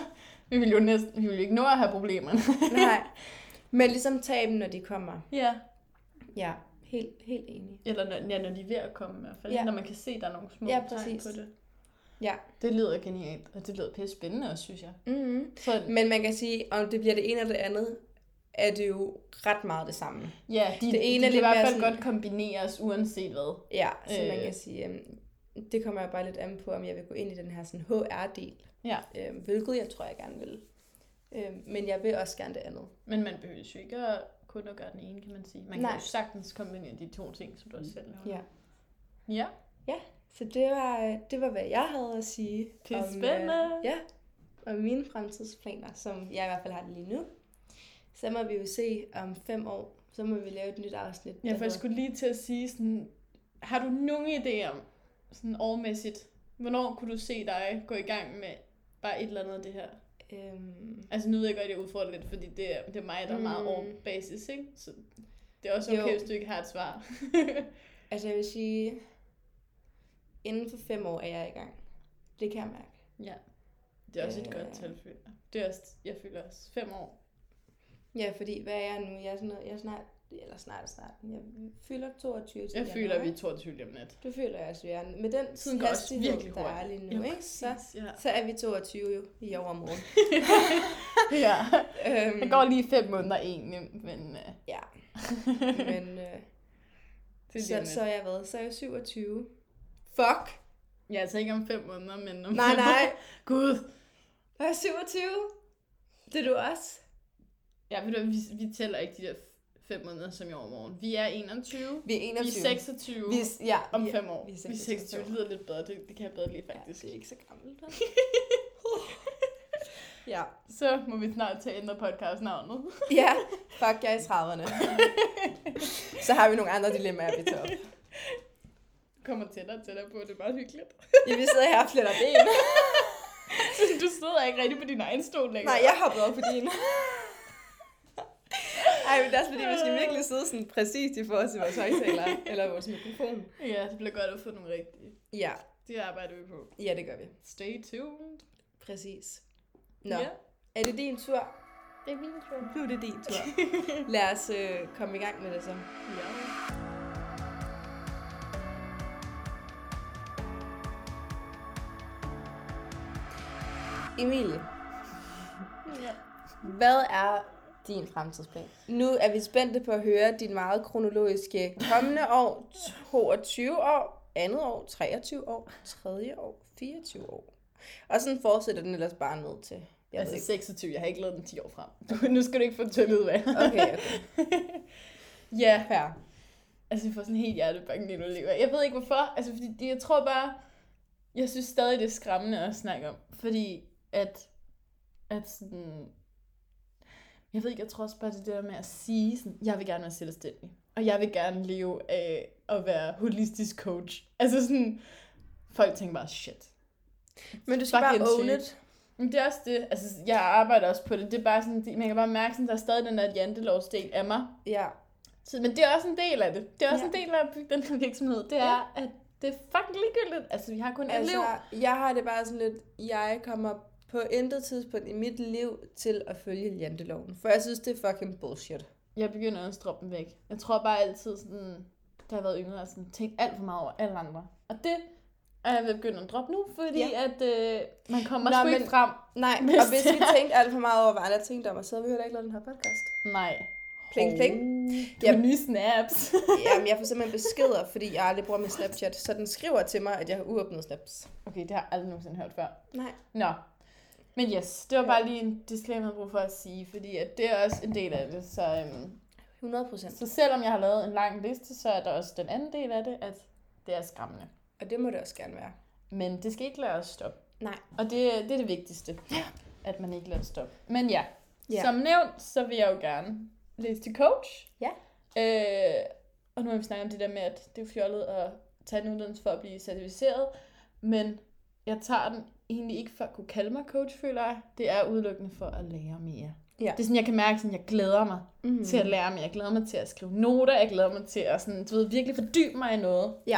vi vil jo ikke nå at have problemerne. Nej, men ligesom tage dem, når de kommer. Ja. Ja, helt enig. Eller når de er ved at komme i hvert fald, når man kan se, der er nogle små tegn på det. Ja. Det lyder genialt, og det lyder pisse spændende også, synes jeg. Men man kan sige, om det bliver det ene eller det andet, er det jo ret meget det samme. Ja, de kan i hvert fald sådan, godt kombineres, uanset hvad. Ja, så man kan sige, det kommer jo bare lidt an på, om jeg vil gå ind i den her sådan HR-del. Ja. Hvilket jeg tror, jeg gerne vil. Men jeg vil også gerne det andet. Men man behøver jo ikke kun at gøre den ene, kan man sige. Man kan jo sagtens kombinere de to ting, som du også selv laver. Ja, så det var, hvad jeg havde at sige. Det er spændende. Og mine fremtidsplaner, som jeg i hvert fald har det lige nu. Så må vi jo se om 5 år, så må vi lave et nyt afsnit. Ja, for jeg skulle lige til at sige sådan, har du nogen idé om, sådan årmæssigt, hvornår kunne du se dig gå i gang med bare et eller andet af det her? Altså nu ved jeg godt, at jeg udfordrer lidt, fordi det er mig, der er meget over basis, ikke? Så det er også okay, hvis du ikke har et svar. Altså jeg vil sige, inden for 5 år er jeg i gang. Det kan jeg mærke. Ja, det er også et godt tal, føler jeg. Det er også, jeg føler også 5 år. Ja, fordi hvad er jeg nu? Jeg er snart. Jeg fylder 22 til jeg føler, at vi er 22 lige om lidt. Det føler jeg også, vi er. Med den hastighed, der er lige nu, ikke? Så er vi 22 jo i overmorgen. Ja. Det går lige 5 måneder egentlig, men... Ja. Men... så er jeg hvad? Så er jeg 27. Fuck! Ja, altså ikke om 5 måneder, men om... Nej. Gud! Jeg er 27. Det er du også. Ja, ved du, vi tæller ikke de der 5 måneder som i overmorgen. Vi er 21. Vi er 21. Vi er 26 om 5 år. Vi er 26. Det lyder lidt bedre. Det kan jeg bedre lide, faktisk. Ja, det er ikke så gammelt. Ja. Så må vi snart til at ændre podcastnavnet. Ja, fuck, jeg er i 30'erne. Så har vi nogle andre dilemmaer, vi tager op. Kommer tættere på, det er meget hyggeligt. Ja, vi sidder her og fletter ben. Så du sidder ikke rigtig på din egen stol længere. Nej, jeg hoppede op på din. Ej, men det er også fordi, vi skal virkelig sidde sådan præcist i forhold til vores højtaler eller vores mikrofon. Ja, det bliver godt at få nogle rigtige. Ja. Det arbejder vi på. Ja, det gør vi. Stay tuned. Præcis. Nå, Er det din tur? Det er min tur. Nu er det din tur. Lad os komme i gang med det så. Ja. Emilie. Ja. Hvad er din fremtidsplan? Nu er vi spændte på at høre din meget kronologiske kommende år, 22 år, andet år, 23 år, tredje år, 24 år. Og sådan fortsætter den ellers bare ned til... Altså 26, jeg har ikke lavet den 10 år frem. Nu skal du ikke få tøllet hvad. Okay. Ja. Fair. Altså vi får sådan helt hjertebanken lige nu. Jeg ved ikke hvorfor, altså fordi jeg tror bare, jeg synes stadig det er skræmmende at snakke om. Fordi at sådan... Jeg ved ikke, jeg tror også bare det der med at sige sådan, jeg vil gerne være selvstændig. Og jeg vil gerne leve af at være holistisk coach. Altså sådan, folk tænker bare, shit. Men du skal bare own it. Men det er også det, altså jeg arbejder også på det. Det er bare sådan, man kan bare mærke sådan, der er stadig den der jantelovsdel af mig. Ja. Så, men det er også en del af det. Det er også en del af at bygge den her virksomhed. Det er, at det er fucking ligegyldigt. Altså vi har kun et liv. Jeg har det bare sådan lidt, jeg kommer på intet tidspunkt i mit liv til at følge janteloven. For jeg synes, det er fucking bullshit. Jeg begynder også at droppe den væk. Jeg tror bare altid sådan, da jeg har været yngre, sådan, tænkt alt for meget over alle andre. Og det er jeg ved at begynde at droppe nu, fordi at man kommer sgu ikke frem. Nej, og hvis vi tænkte alt for meget over, hvad andre tænkte om, så havde vi heller ikke lavet den her podcast. Nej. Pling, pling. Jamen, nye snaps. Jamen, jeg får simpelthen beskeder, fordi jeg aldrig bruger min Snapchat, så den skriver til mig, at jeg har uåbnet snaps. Okay, det har jeg aldrig nogensinde hørt før. Nej. Nå. Men yes, det var bare lige en disclaimer, jeg brug for at sige, fordi at det er også en del af det. Så, 100%. Så selvom jeg har lavet en lang liste, så er der også den anden del af det, at det er skræmmende. Og det må det også gerne være. Men det skal ikke lade os stoppe. Nej. Og det er det vigtigste, at man ikke lader os stoppe. Men ja, som nævnt, så vil jeg jo gerne læse til coach. Ja. Og nu har vi snakket om det der med, at det er fjollet at tage en uddannelse for at blive certificeret. Men jeg tager den egentlig ikke for at kunne kalde mig coach, føler jeg. Det er udelukkende for at lære mere. Ja. Det er sådan, jeg kan mærke, at jeg glæder mig til at lære mere. Jeg glæder mig til at skrive noter. Jeg glæder mig til at sådan, du ved, virkelig fordybe mig i noget. Ja.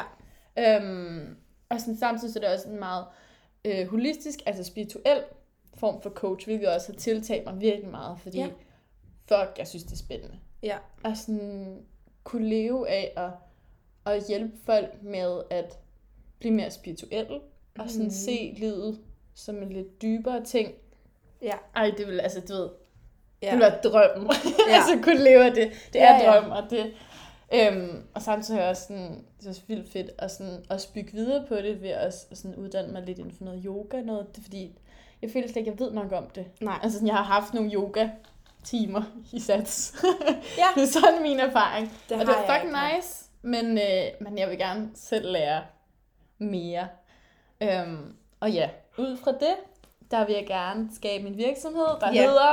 Og sådan, samtidig så er det også en meget holistisk, altså spirituel form for coach, hvilket også har tiltalt mig virkelig meget, fordi jeg synes, det er spændende. Ja. At sådan kunne leve af at hjælpe folk med at blive mere spirituel, og sådan se livet som en lidt dybere ting. Ja. Ej, det vil, altså, du ved, det vil være drømmen. Altså kunne leve af det. Det er drømmen, og det... og samtidig er også sådan, det er vildt fedt at sådan også bygge videre på det ved at sådan uddanne mig lidt inden for noget yoga, noget, fordi jeg føler slet ikke, jeg ved nok om det. Nej. Altså sådan, jeg har haft nogle yoga timer i Sats. Det er sådan min erfaring. Og det er fucking nice, men jeg vil gerne selv lære mere. Og ja, ud fra det, der vil jeg gerne skabe min virksomhed, der hedder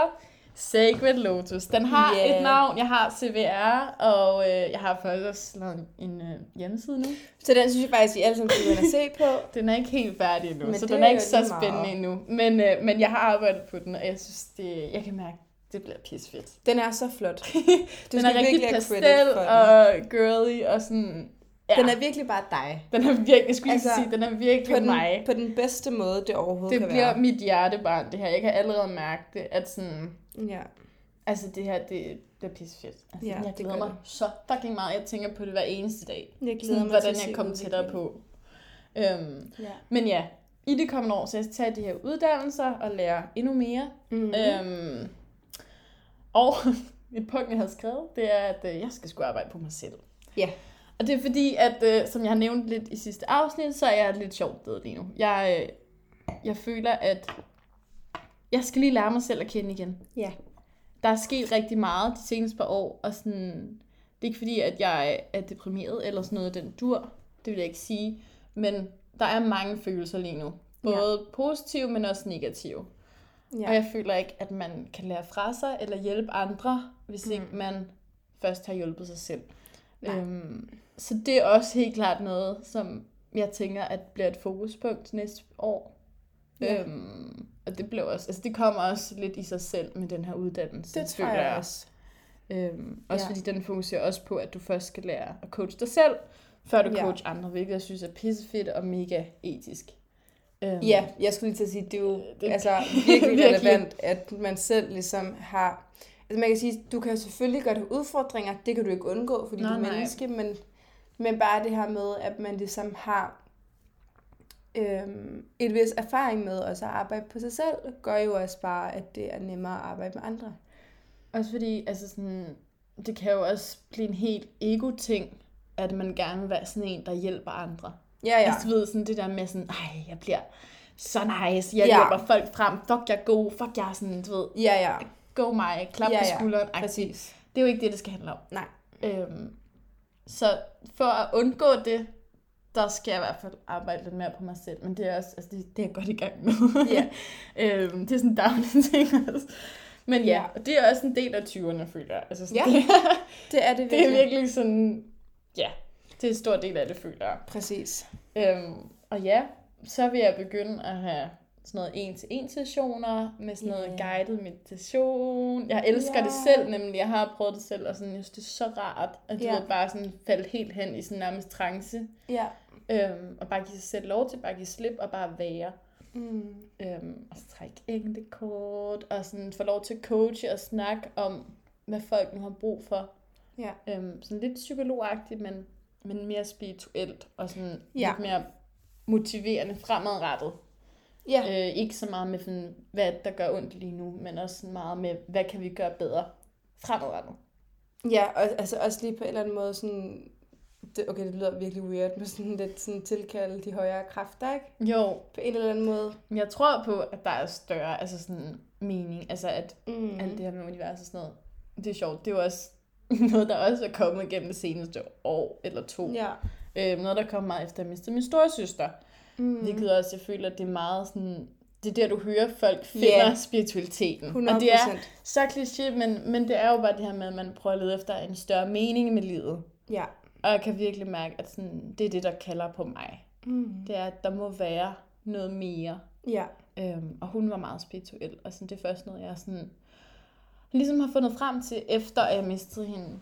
Sacred Lotus. Den har et navn, jeg har CVR, og jeg har faktisk også lavet en hjemmeside nu. Så den synes jeg faktisk, I alle sammen skal gå ind og se på. Den er ikke helt færdig endnu, så den er ikke så spændende endnu. Men jeg har arbejdet på den, og jeg synes, jeg kan mærke, det bliver pisfedt. Den er så flot. Den er rigtig pastel og girly og sådan... Ja. Den er virkelig bare dig. Den er virkelig, jeg skulle sige, den er virkelig mig. På den bedste måde, det overhovedet kan være. Det bliver mit hjertebarn, det her. Jeg kan allerede mærke det, at sådan... Ja. Altså det her, det er pissefedt. Altså, ja, jeg glæder mig så fucking meget. Jeg tænker på det hver eneste dag. Jeg glæder mig hvordan jeg kommer tættere på. Men ja, i de kommende år, så jeg skal tage de her uddannelser og lære endnu mere. Mm-hmm. Og et punkt, jeg havde skrevet, det er, at jeg skal sgu arbejde på mig selv. Ja. Og det er fordi, at som jeg har nævnt lidt i sidste afsnit, så er jeg et lidt sjovt sted lige nu. Jeg føler, at jeg skal lige lære mig selv at kende igen. Ja. Der er sket rigtig meget de seneste par år, og sådan, det er ikke fordi, at jeg er deprimeret eller sådan noget den dur. Det vil jeg ikke sige. Men der er mange følelser lige nu. Både positive, men også negative. Ja. Og jeg føler ikke, at man kan lære fra sig eller hjælpe andre, hvis ikke man først har hjulpet sig selv. Så det er også helt klart noget, som jeg tænker, at bliver et fokuspunkt næste år. Ja. Og det blev også, altså det kommer også lidt i sig selv med den her uddannelse. Det tror jeg også. Også fordi den fokuserer også på, at du først skal lære at coache dig selv, før du coach andre, hvilket jeg synes er pissefedt og mega etisk. Ja, jeg skulle lige til at sige, det er jo altså virkelig relevant, at man selv ligesom har... Altså man kan sige, du kan selvfølgelig godt have udfordringer, det kan du ikke undgå, fordi du er menneske, men bare det her med, at man ligesom har et vis erfaring med også at arbejde på sig selv, gør jo også bare, at det er nemmere at arbejde med andre. Også fordi, altså sådan, det kan jo også blive en helt ego-ting, at man gerne vil være sådan en, der hjælper andre. Ja. Altså du ved, sådan det der med sådan, jeg bliver så nice, jeg hjælper folk frem, fuck jeg er god, fuck jeg er sådan, du ved. Ja. Go mig, klap på skulderen. Præcis. Det er jo ikke det skal handle om. Nej. Så for at undgå det, der skal jeg i hvert fald arbejde lidt mere på mig selv. Men det er også, altså det er jeg godt i gang med. Ja. Det er sådan en daglig ting også. Men ja, og det er også en del af 20'erne, føler jeg. Altså sådan, det er det virkelig. Det er virkelig sådan, det er en stor del af det, føler jeg. Præcis. Og ja, så vil jeg begynde at have sådan noget 1-til-1 sessioner med sådan noget guided meditation. Jeg elsker det selv, nemlig. Jeg har prøvet det selv, og sådan, jeg synes, det er så rart, at du ved, bare sådan falde helt hen i sådan nærmest trance. Ja. Og bare give sig selv lov til, bare give slip og bare være. Og så trække enkelte kort, og sådan få lov til at coache og snakke om, hvad folk nu har brug for. Ja. Sådan lidt psykologagtigt, men mere spirituelt, og sådan lidt mere motiverende fremadrettet. Ja. Ikke så meget med, sådan, hvad der gør ondt lige nu, men også meget med, hvad kan vi gøre bedre fremadrettet. Ja, og altså også lige på en eller anden måde sådan, det lyder virkelig weird, med sådan lidt sådan tilkalde de højere kræfter, ikke? Jo. På en eller anden måde. Men jeg tror på, at der er større altså sådan mening, altså at alt det her med universet og sådan noget, det er sjovt. Det er jo også noget, der også er kommet gennem det seneste år eller 2. Ja. Noget, der kom meget efter at miste min storesøster. Hvilket også, jeg føler, at det er meget sådan, det er der, du hører, folk finder spiritualiteten. 100%. Og det er så kliché, men det er jo bare det her med, at man prøver at lede efter en større mening med livet. Ja. Og jeg kan virkelig mærke, at sådan, det er det, der kalder på mig. Det er, at der må være noget mere. Ja. Og hun var meget spirituel, og sådan, det er først noget, jeg sådan, ligesom har fundet frem til, efter at jeg mistede hende.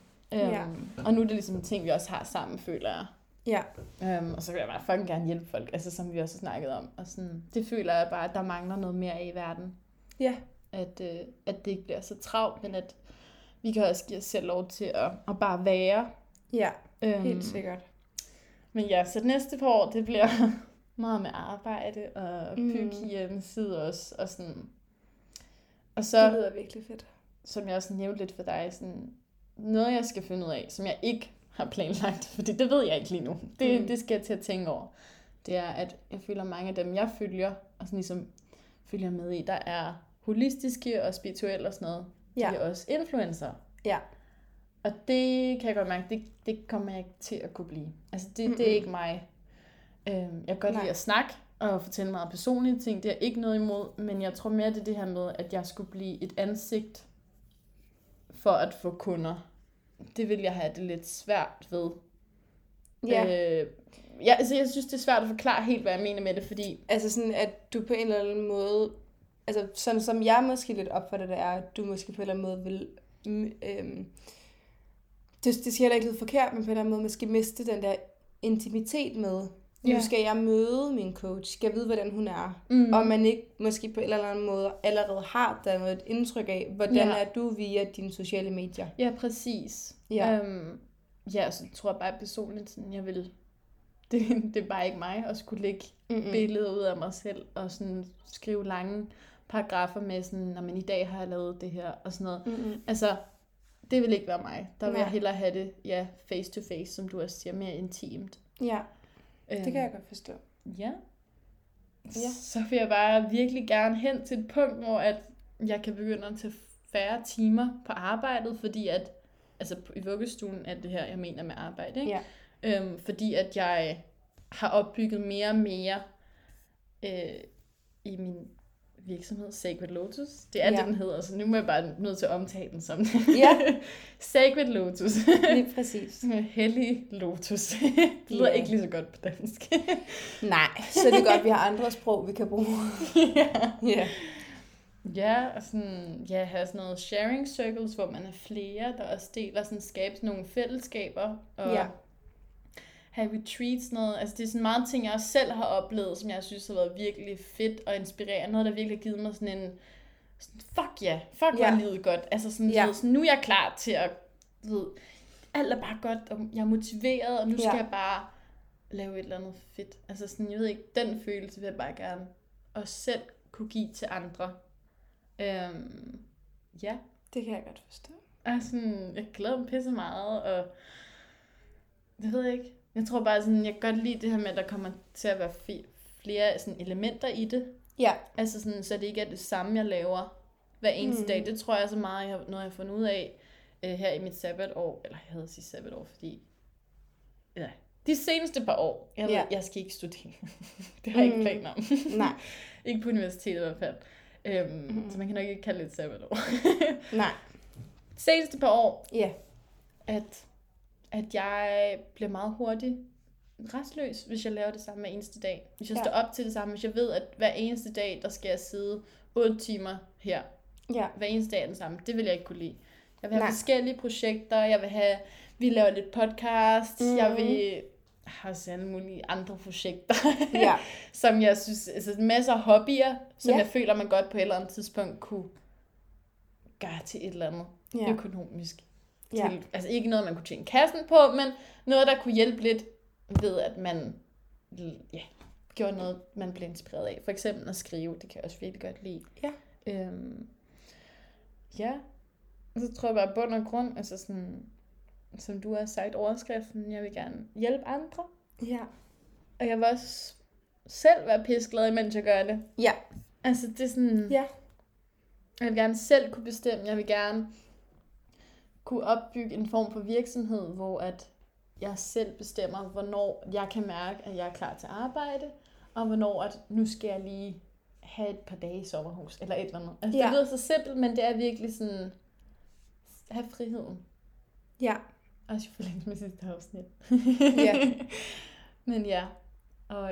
Og nu er det ligesom en ting, vi også har sammen, føler jeg. Ja. Og så vil jeg bare fucking gerne hjælpe folk, altså som vi også har snakket om. Og sådan, det føler jeg bare, at der mangler noget mere af i verden. Ja. At det ikke bliver så travlt, men at vi kan også give os selv lov til at bare være. Ja, helt sikkert. Men ja, så det næste par år, det bliver meget med arbejde og bygge hjemmeside også. Og sådan. Og så, det lyder virkelig fedt. Som jeg også nævnte lidt for dig, sådan, noget jeg skal finde ud af, som jeg ikke har planlagt, fordi det ved jeg ikke lige nu. Det skal jeg til at tænke over. Det er, at jeg føler mange af dem, jeg følger, og sådan ligesom følger med i, der er holistiske og spirituelle og sådan noget. De er også influencer. Ja. Og det kan jeg godt mærke, det kommer jeg ikke til at kunne blive. Altså det er ikke mig. Jeg kan godt lide at snakke og fortælle meget personlige ting. Det er ikke noget imod, men jeg tror mere, det er det her med, at jeg skulle blive et ansigt for at få kunder. Det vil jeg have det lidt svært ved. Ja. Altså jeg synes, det er svært at forklare helt, hvad jeg mener med det, fordi... Altså sådan, at du på en eller anden måde... Altså sådan som jeg måske lidt opfatter det er, at du måske på en eller anden måde vil... det siger heller ikke lidt forkert, men på en eller anden måde måske miste den der intimitet med... Nu skal jeg møde min coach, skal jeg vide, hvordan hun er. Og man ikke måske på en eller anden måde allerede har dannet et indtryk af, hvordan er du via dine sociale medier. Ja, præcis. Ja, så tror jeg bare personligt, sådan, jeg vil... Det er bare ikke mig at skulle lægge billeder ud af mig selv, og sådan skrive lange paragrafer med sådan, når man i dag har jeg lavet det her, og sådan noget. Altså, det vil ikke være mig. Der vil jeg hellere have det, face to face, som du også siger, mere intimt. Ja. Det kan jeg godt forstå. Ja. Så vil jeg bare virkelig gerne hen til et punkt, hvor at jeg kan begynde at tage færre timer på arbejdet, fordi at, altså i vuggestuen er det her, jeg mener med arbejde, ikke? Ja. Fordi at jeg har opbygget mere og mere i min virksomhed, Sacred Lotus. Det er det, den hedder, så nu må jeg bare nødt til at omtale den som Sacred Lotus. Lige præcis. Hellig Lotus. Det lyder ikke lige så godt på dansk. Nej, så er det godt, vi har andre sprog, vi kan bruge. Ja, og sådan, have sådan noget sharing circles, hvor man er flere, der også deler, sådan skabe sådan nogle fællesskaber, og have retreats, noget. Altså det er sådan meget ting, jeg også selv har oplevet, som jeg synes har været virkelig fedt og inspirerende. Noget, der virkelig har givet mig sådan en, fuck hvor livet godt. Altså sådan, sådan, nu er jeg klar til at, alt er bare godt, og jeg er motiveret, og nu skal jeg bare lave et eller andet fedt. Altså sådan, jeg ved ikke, den følelse vil jeg bare gerne også selv kunne give til andre. Det kan jeg godt forstå. Altså, jeg glæder mig pisse meget, og det ved jeg ikke. Jeg tror bare sådan, jeg kan godt lide det her med, at der kommer til at være flere sådan elementer i det. Ja. Altså sådan, så det ikke er det samme, jeg laver hver eneste dag. Det tror jeg så meget, noget jeg har fundet ud af her i mit sabbatår. Eller jeg havde sige sabbatår, fordi... Ja, de seneste par år. Jeg skal ikke studere. Det har jeg ikke planer om. Nej. Ikke på universitetet i hvert fald. Så man kan nok ikke kalde det et sabbatår. Nej. Seneste par år. Ja. At jeg bliver meget hurtigt restløs, hvis jeg laver det samme hver eneste dag. Hvis jeg står op til det samme, hvis jeg ved, at hver eneste dag, der skal jeg sidde 8 timer her. Ja. Hver eneste dag er den samme. Det vil jeg ikke kunne lide. Jeg vil have forskellige projekter. Jeg vil have, vi laver lidt podcast. Jeg vil have alle mulige andre projekter. Som jeg synes, altså masser af hobbyer, som jeg føler, man godt på et eller andet tidspunkt kunne gøre til et eller andet økonomisk. Til, altså ikke noget, man kunne tjene kassen på, men noget, der kunne hjælpe lidt ved, at man gjorde noget, man blev inspireret af. For eksempel at skrive, det kan jeg også virkelig godt lide. Og så tror jeg bare bund og grund, altså sådan, som du har sagt overskriften, jeg vil gerne hjælpe andre. Ja. Og jeg vil også selv være pisseglad, mens jeg gør det. Ja. Altså det er sådan, jeg vil gerne selv kunne bestemme, jeg vil gerne kunne opbygge en form for virksomhed, hvor at jeg selv bestemmer, hvornår jeg kan mærke, at jeg er klar til arbejde, og hvornår at nu skal jeg lige have et par dage i sommerhus, eller et eller andet. Altså det lyder så simpelt, men det er virkelig sådan, have friheden. Ja. Og selvfølgelig med sidste afsnit. Men og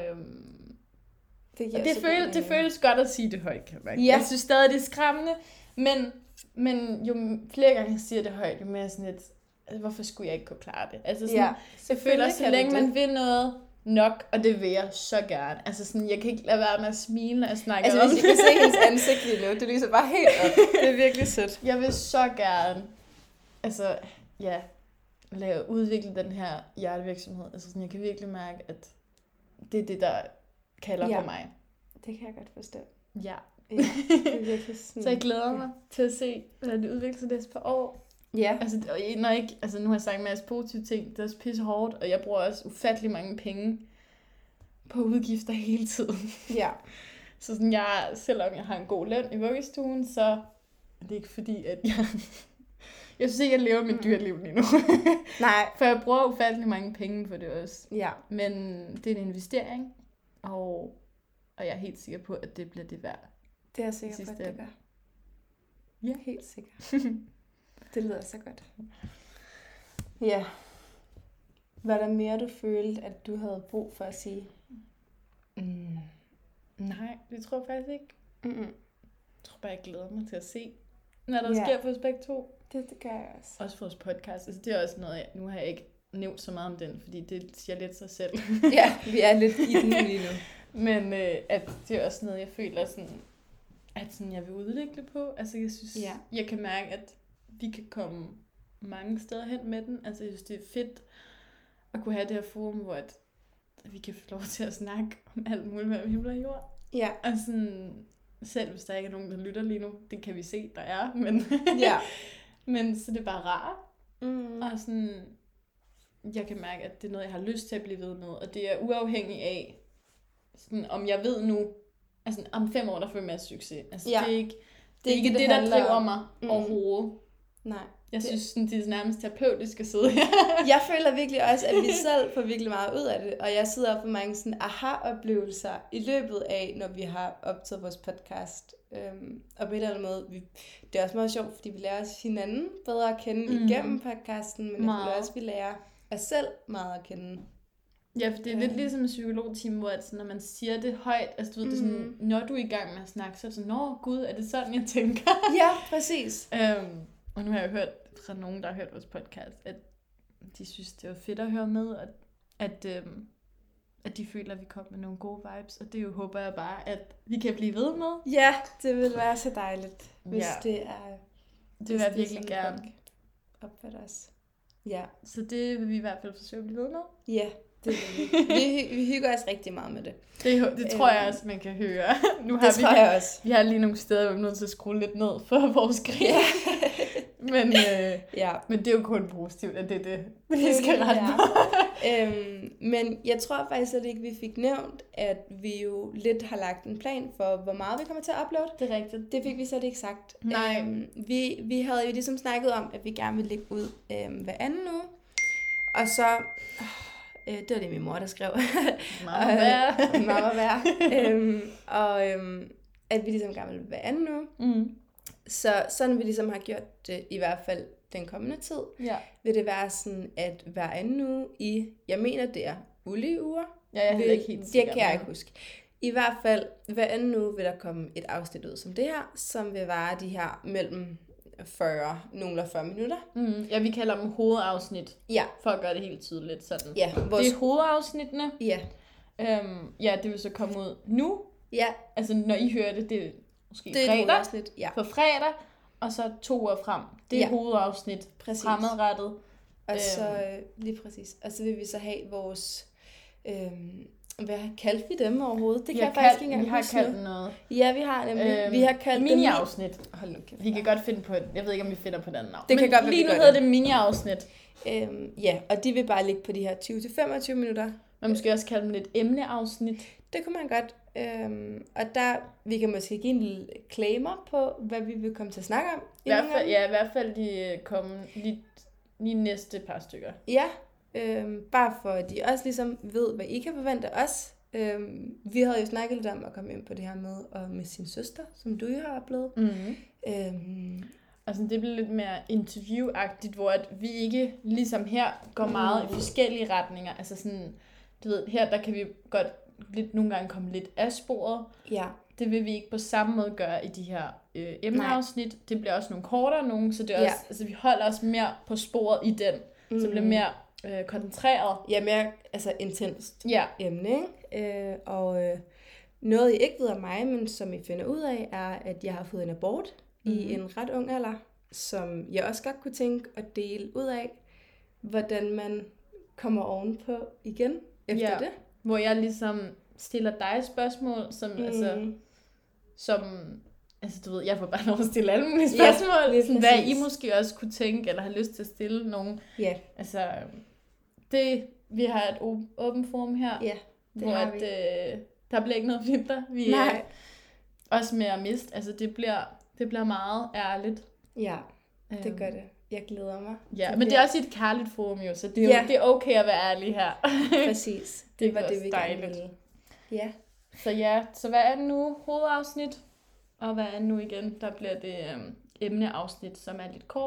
det føles godt at sige det højt, kan man. Jeg synes stadig, det er skræmmende, men jo flere gange jeg siger det højt, jo mere sådan et, altså, hvorfor skulle jeg ikke kunne klare det? Altså sådan, jeg føler, så længe man vil noget nok, og det vil jeg så gerne. Altså sådan, jeg kan ikke lade være med at smile, når jeg snakker om det. Altså hvis I kan se hendes ansigt lige nu, det lyser bare helt op. Det er virkelig sødt. Jeg vil så gerne, altså udvikle den her hjertevirksomhed. Altså sådan, jeg kan virkelig mærke, at det er det, der kalder på mig. Det kan jeg godt forstå. Ja. Det er virkelig sådan. Så jeg glæder mig til at se, hvordan det udvikler sig næste par år. Ja. Altså, nu har jeg sagt en masse positive ting, det er også pisse hårdt, og jeg bruger også ufattelig mange penge på udgifter hele tiden. Ja. Så sådan, selvom jeg har en god løn i vuggestuen, så er det ikke fordi, at jeg synes ikke, at jeg lever mit dyreliv lige nu. Nej. For jeg bruger ufattelig mange penge på det også. Ja. Men det er en investering, og jeg er helt sikker på, at det bliver det værd. Det er jeg sikker på, at det gør. Ja. Helt sikkert. Det lyder så godt. Ja. Var der mere, du følte, at du havde brug for at sige? Nej, det tror jeg faktisk ikke. Mm-mm. Jeg tror bare, jeg glæder mig til at se, når der sker for os begge to. Det gør jeg også. Også for vores podcast. Altså, det er også noget, nu har jeg ikke nævnt så meget om den, fordi det siger lidt sig selv. Ja, vi er lidt i den lige nu. Men at det er også noget, jeg føler, sådan, at sådan, jeg vil udvikle på. Altså, jeg synes, jeg kan mærke, at vi kan komme mange steder hen med den. Altså, jeg synes, det er fedt at kunne have det her forum, hvor at vi kan få lov til at snakke om alt muligt mellem himmel og jord. Ja. Og sådan, selv hvis der ikke er nogen, der lytter lige nu, det kan vi se, der er, men, men så det er bare rart. Og sådan, jeg kan mærke, at det er noget, jeg har lyst til at blive ved med, og det er uafhængigt af, sådan, om jeg ved nu, altså om 5 år, der får jeg masser succes. Altså, det er ikke det, der driver mig overhovedet. Nej. Jeg synes, sådan, det er nærmest terapeutisk at sidde her. Jeg føler virkelig også, at vi selv får virkelig meget ud af det, og jeg sidder på mange sådan aha-oplevelser i løbet af, når vi har optaget vores podcast. Og på en eller anden måde, det er også meget sjovt, fordi vi lærer os hinanden bedre at kende igennem podcasten, men jeg føler også, at vi lærer os selv meget at kende. Ja, for det er lidt ligesom en psykologtime, hvor når man siger det højt, altså du ved, det er sådan, når du er i gang med at snakke, så er det sådan, nå gud, er det sådan, jeg tænker? Ja, præcis. Og nu har jeg hørt fra nogen, der har hørt vores podcast, at de synes, det var fedt at høre med, og at de føler, at vi kommer med nogle gode vibes, og det jo håber jeg bare, at vi kan blive ved med. Ja, det vil være så dejligt, hvis det er... Det vil jeg virkelig gerne. Opfatter os. Ja. Så det vil vi i hvert fald forsøge at blive ved med. Ja, det vil vi. Vi hygger os rigtig meget med det. Det tror jeg også, man kan høre. Nu har det tror jeg også. Vi har lige nogle steder, hvor vi er nødt til at skrue lidt ned for vores grin. Ja. Men det er jo kun positivt, at det er det, vi skal rette på. Men jeg tror faktisk at ikke, vi fik nævnt, at vi jo lidt har lagt en plan for, hvor meget vi kommer til at uploade. Det er rigtigt. Det fik vi slet ikke sagt. Nej. Vi havde jo ligesom snakket om, at vi gerne ville lægge ud hver anden uge. Og så... det var det, min mor, der skrev. Mamma vær. At vi ligesom gerne ville hver anden uge. Så sådan vi ligesom har gjort det, i hvert fald den kommende tid, vil det være sådan, at hver anden uge jeg mener det er ulige uger. Ja, jeg er ikke helt sikker. Det kan jeg ikke huske. I hvert fald hver anden uge vil der komme et afsnit ud som det her, som vil vare de her mellem 40 minutter. Ja, vi kalder dem hovedafsnit. Ja. For at gøre det helt tydeligt sådan. Ja. Det er hovedafsnittene. Ja. Det vil så komme ud nu. Ja. Altså, når I hører det, det er måske det er fredag. Ja. På fredag, og så 2 uger frem. Det er hovedafsnit. Præcis. Fremadrettet. Og så, lige præcis. Og så vil vi så have vores... hvad kaldte vi dem overhovedet? Det kan jeg faktisk ikke engang huske. Vi har kaldt noget. Ja, vi har nemlig. Vi har kaldt mini-afsnit. Hold nu kæft. Vi kan godt finde på det. Jeg ved ikke, om vi finder på den navn. Det kan godt være, lige nu hedder det mini-afsnit. Ja, og de vil bare ligge på de her 20-25 minutter. Man måske også kalde dem lidt emneafsnit. Det kunne man godt. Og der, vi kan måske give en lille claimer på, hvad vi vil komme til at snakke om. I hvert fald de komme lige næste par stykker. Ja, bare for at de også ligesom ved, hvad I kan forvente os. Vi havde jo snakket lidt om at komme ind på det her med sin søster, som du jo har oplevet. Og sådan, det bliver lidt mere interviewagtigt, hvor at vi ikke ligesom her går meget i forskellige retninger. Altså sådan, du ved, her der kan vi godt nogle gange komme lidt af sporet. Ja. Det vil vi ikke på samme måde gøre i de her emneafsnit. Nej. Det bliver også nogle kortere nogle, så det er også, altså, vi holder os mere på sporet i den. Så det bliver mere koncentreret. Ja, mere intenst emne, ikke? Noget I ikke ved af mig, men som I finder ud af, er, at jeg har fået en abort i en ret ung alder, som jeg også godt kunne tænke at dele ud af, hvordan man kommer ovenpå igen efter det. Hvor jeg ligesom stiller dig spørgsmål, som du ved, jeg får bare lov at stille alle mulige spørgsmål, hvad I måske også kunne tænke, eller har lyst til at stille nogen. Ja. Altså, vi har et åbent forum her, hvor der bliver ikke noget filter. Vi er også med at miste. Altså, det bliver meget ærligt. Ja, det gør det. Jeg glæder mig. Ja, men det er også et kærligt forum jo, så det er okay at være ærlig her. Præcis. Det var det, vi gerne ville. Ja. Så hver anden uge hovedafsnit, og hver anden uge igen, der bliver det emneafsnit, som er lidt kortere.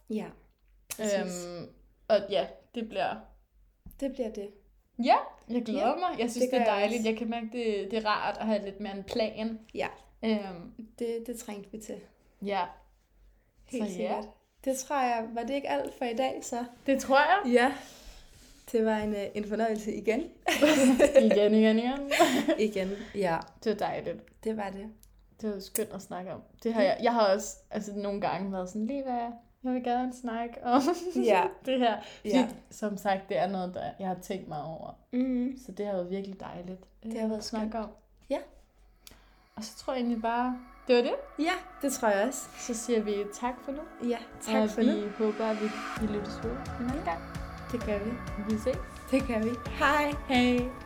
Ja, og ja, det bliver det. Ja, jeg glæder mig. Jeg synes, det er dejligt. også. Jeg kan mærke, det er rart at have lidt mere en plan. Ja, det trængte vi til. Ja. Helt sikkert. Det tror jeg, var det ikke alt for i dag, så? Det tror jeg. Ja, det var en fornøjelse igen. igen. Igen, ja. Det var dejligt. Det var det. Det var skønt at snakke om. Det har jeg har også nogle gange været sådan, lige hvad jeg vil gerne snakke om det her. Fordi, som sagt, det er noget, der jeg har tænkt mig over. Mm-hmm. Så det har været virkelig dejligt det har været at snakke om. Ja. Og så tror jeg egentlig bare, det var det. Ja, det tror jeg også. Så siger vi tak for nu. Ja, tak for nu. Og vi håber, at vi lyttes ved en anden gang. Det gør vi. Vi ses. Det gør vi. Hej. Hej.